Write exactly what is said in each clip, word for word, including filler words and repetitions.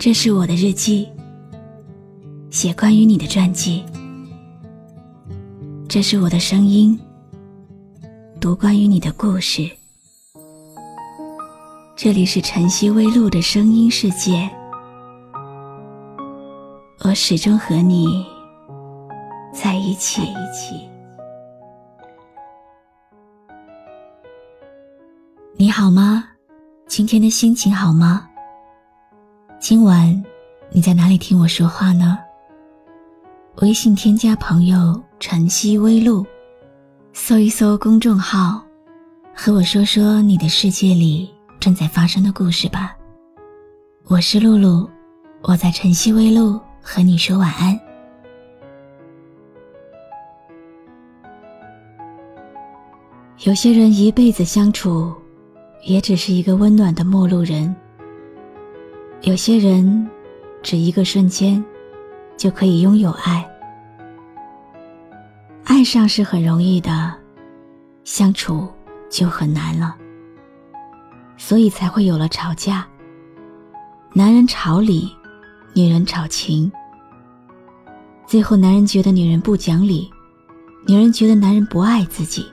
这是我的日记，写关于你的传记。这是我的声音，读关于你的故事。这里是晨曦微露的声音世界，我始终和你在一起。你好吗？今天的心情好吗？今晚你在哪里听我说话呢？微信添加朋友晨曦微露，搜一搜公众号，和我说说你的世界里正在发生的故事吧。我是露露，我在晨曦微露和你说晚安。有些人一辈子相处，也只是一个温暖的陌路人。有些人只一个瞬间就可以拥有爱。爱上是很容易的，相处就很难了，所以才会有了吵架。男人吵理，女人吵情，最后男人觉得女人不讲理，女人觉得男人不爱自己。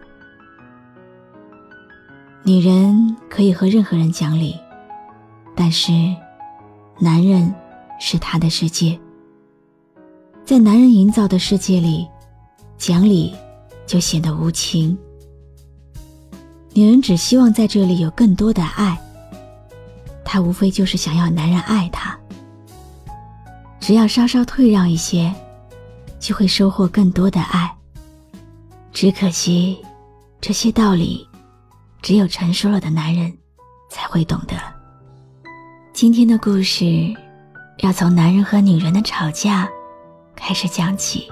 女人可以和任何人讲理，但是男人是她的世界。在男人营造的世界里，讲理就显得无情。女人只希望在这里有更多的爱，她无非就是想要男人爱她。只要稍稍退让一些，就会收获更多的爱。只可惜，这些道理只有成熟了的男人才会懂得。今天的故事要从男人和女人的吵架开始讲起。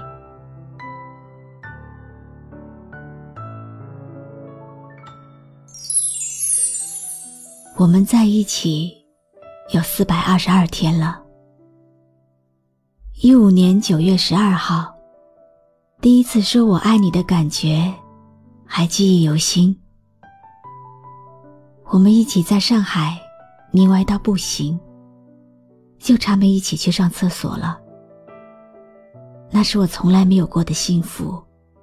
我们在一起有四百二十二天了。一五年九月十二号，第一次说我爱你的感觉还记忆犹新。我们一起在上海腻歪到不行，就差没一起去上厕所了。那是我从来没有过的幸福。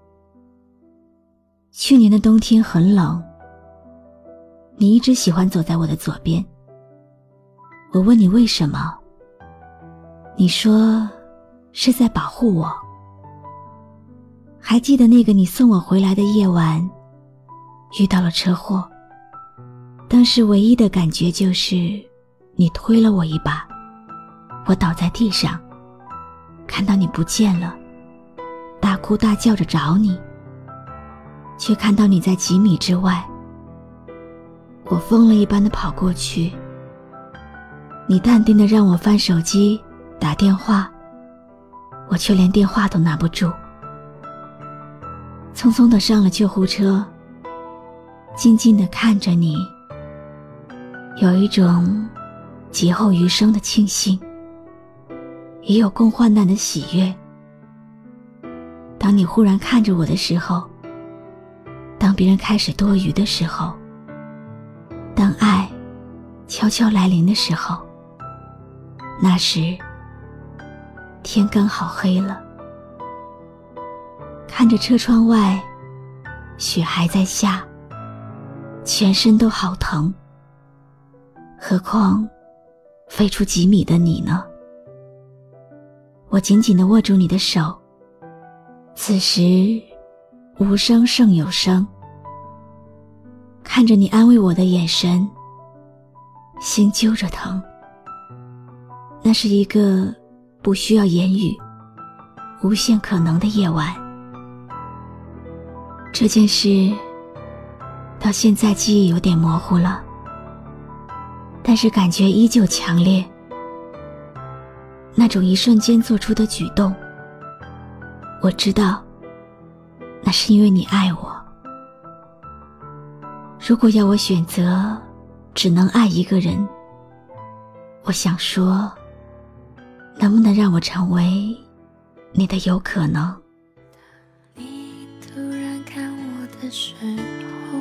去年的冬天很冷，你一直喜欢走在我的左边。我问你为什么，你说是在保护我。还记得那个你送我回来的夜晚，遇到了车祸。当时唯一的感觉就是你推了我一把，我倒在地上，看到你不见了，大哭大叫着找你，却看到你在几米之外。我疯了一般的跑过去，你淡定地让我翻手机打电话，我却连电话都拿不住。匆匆地上了救护车，静静地看着你，有一种劫后余生的庆幸，也有共患难的喜悦。当你忽然看着我的时候，当别人开始多余的时候，当爱悄悄来临的时候，那时天刚好黑了。看着车窗外，雪还在下，全身都好疼，何况飞出几米的你呢？我紧紧地握住你的手，此时无声胜有声。看着你安慰我的眼神，心揪着疼。那是一个不需要言语，无限可能的夜晚。这件事到现在记忆有点模糊了，但是感觉依旧强烈。那种一瞬间做出的举动，我知道那是因为你爱我。如果要我选择只能爱一个人，我想说，能不能让我成为你的有可能？ 你突然看我的时候，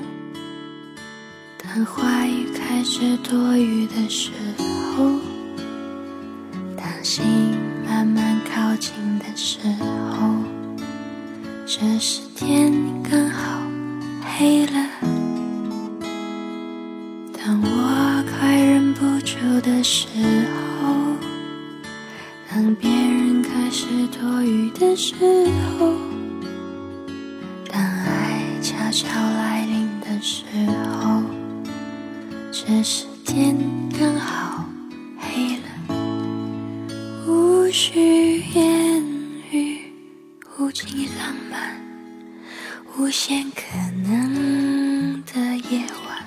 当话语开始多余的时候， 心慢慢靠近的时候，这时天刚好黑了。当我快忍不住的时候，当别人开始多余的时候，当爱悄悄来临的时候，这时天刚好黑了。无需言语，无尽浪漫，无限可能的夜晚，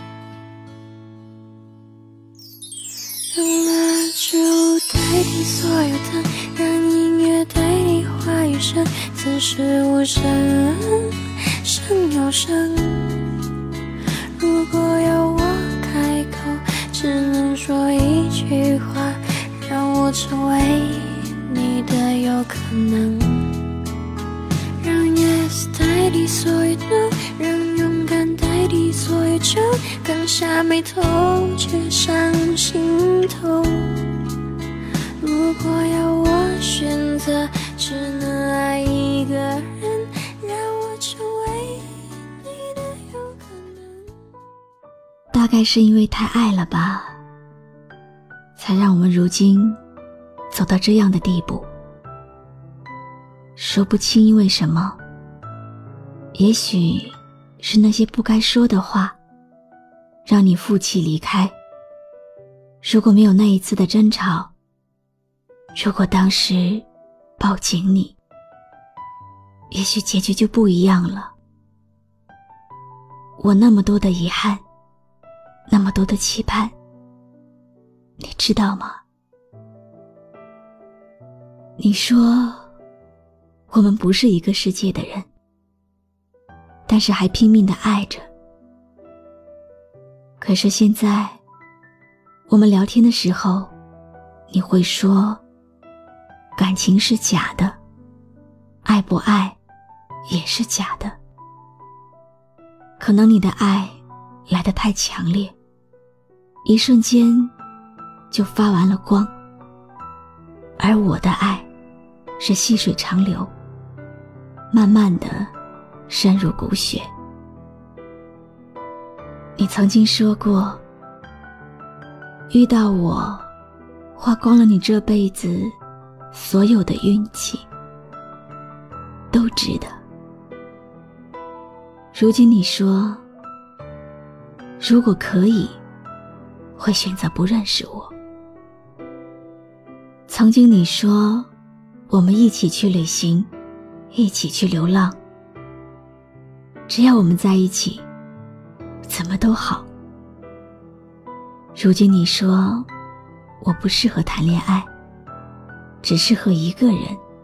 让蜡烛代替所有灯，让音乐代替话语声，此时无声胜有声。如果要我开口，只能说一句话，让我成为你的有可能。让 yes 代替所有 no， 让勇敢代替所有酒，刚下眉头却上心头。如果要我选择，只能爱一个人，让我成为你的有可能。 大概是因为太爱了吧，才让我们如今走到这样的地步。说不清因为什么，也许是那些不该说的话让你负气离开。如果没有那一次的争吵，如果当时抱紧你，也许结局就不一样了。我那么多的遗憾，那么多的期盼，你知道吗？你说我们不是一个世界的人，但是还拼命地爱着。可是现在我们聊天的时候，你会说感情是假的，爱不爱也是假的。可能你的爱来得太强烈，一瞬间就发完了光，而我的爱是细水长流，慢慢地深入骨血。你曾经说过，遇到我花光了你这辈子所有的运气，都值得。如今你说，如果可以，会选择不认识我。曾经你说，我们一起去旅行，一起去流浪，只要我们在一起，怎么都好。如今你说，我不适合谈恋爱，只适合一个人。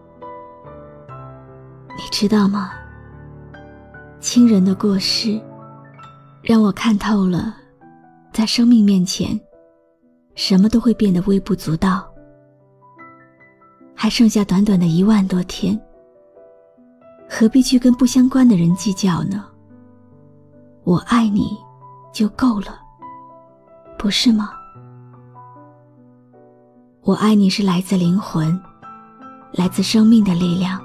你知道吗？亲人的过世，让我看透了，在生命面前，什么都会变得微不足道。还剩下短短的一万多天，何必去跟不相关的人计较呢？我爱你就够了，不是吗？我爱你是来自灵魂，来自生命的力量。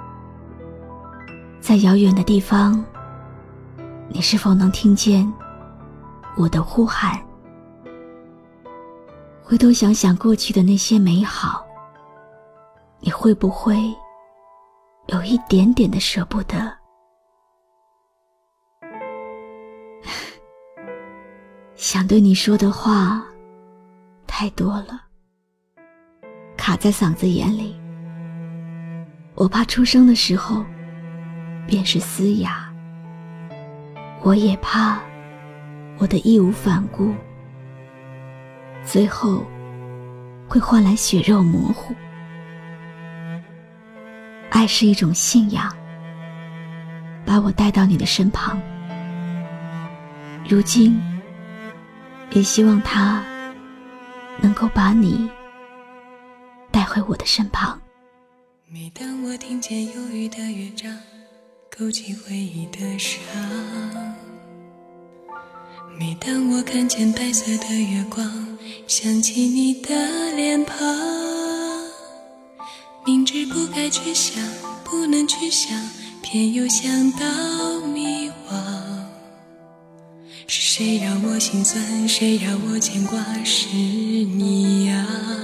在遥远的地方，你是否能听见我的呼喊？回头想想过去的那些美好，你会不会有一点点的舍不得？想对你说的话太多了，卡在嗓子眼里。我怕出生的时候便是嘶哑，我也怕我的义无反顾最后会换来血肉模糊。爱是一种信仰，把我带到你的身旁，如今也希望它能够把你带回我的身旁。 每当我听见忧郁的乐章，勾起回忆的伤，每当我看见白色的月光，想起你的脸庞， 该去想，不能去想，偏又想到迷惘。是谁让我心酸，谁让我牵挂，是你呀。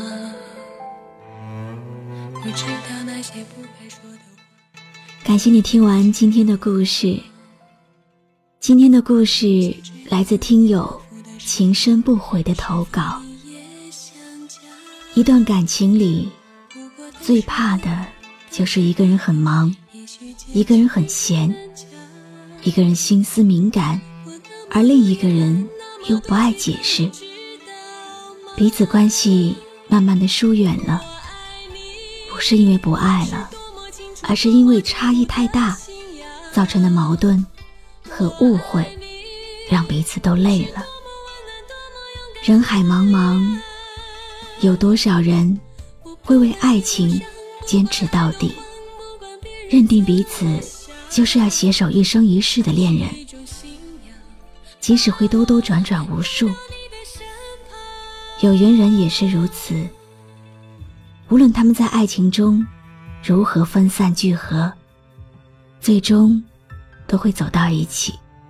我知道那些不该说的话。 感谢你听完今天的故事。今天的故事来自听友情深不悔的投稿。一段感情里，最怕的就是一个人很忙，一个人很闲，一个人心思敏感，而另一个人又不爱解释，彼此关系慢慢的疏远了，不是因为不爱了，而是因为差异太大造成的矛盾和误会，让彼此都累了。人海茫茫，有多少人会为爱情坚持到底，认定彼此就是要携手一生一世的恋人，即使会兜兜转转无数。有缘人也是如此，无论他们在爱情中如何分散聚合，最终都会走到一起。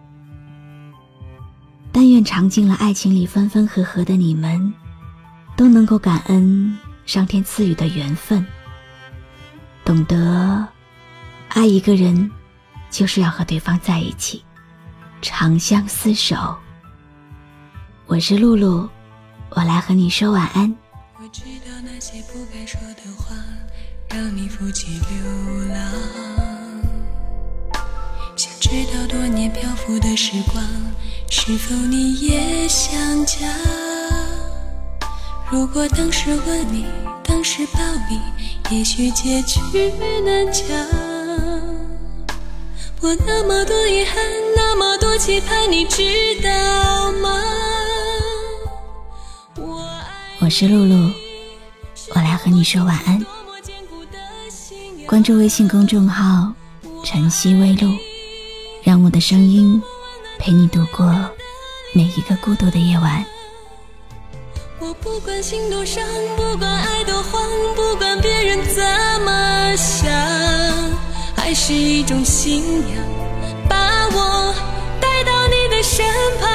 但愿尝尽了爱情里分分合合的你们，都能够感恩上天赐予的缘分，懂得爱一个人就是要和对方在一起，长相厮守。我是露露，我来和你说晚安。 我知道那些不该说的话，让你负气流浪。想知道多年漂浮的时光，是否你也想家？如果当时吻你，当时抱你，也许结局能讲。我那么多遗憾，那么多期盼，你知道吗？ 我是露露，我来和你说晚安。关注微信公众号晨曦微露，让我的声音陪你度过每一个孤独的夜晚。 我不管心多伤，不管爱多慌，不管别人怎么想，爱是一种信仰，把我带到你的身旁。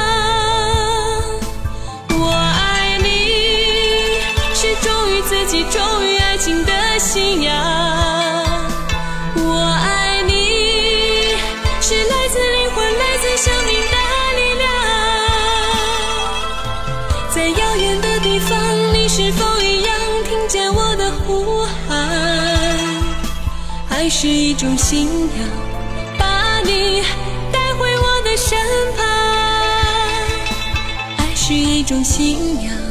我爱你，是忠于自己，忠于爱情的信仰。我爱你，是来自灵魂，来自生命的力量。在遥远的地方，你是否一样听见我的呼喊？爱是一种信仰，把你带回我的身旁。爱是一种信仰。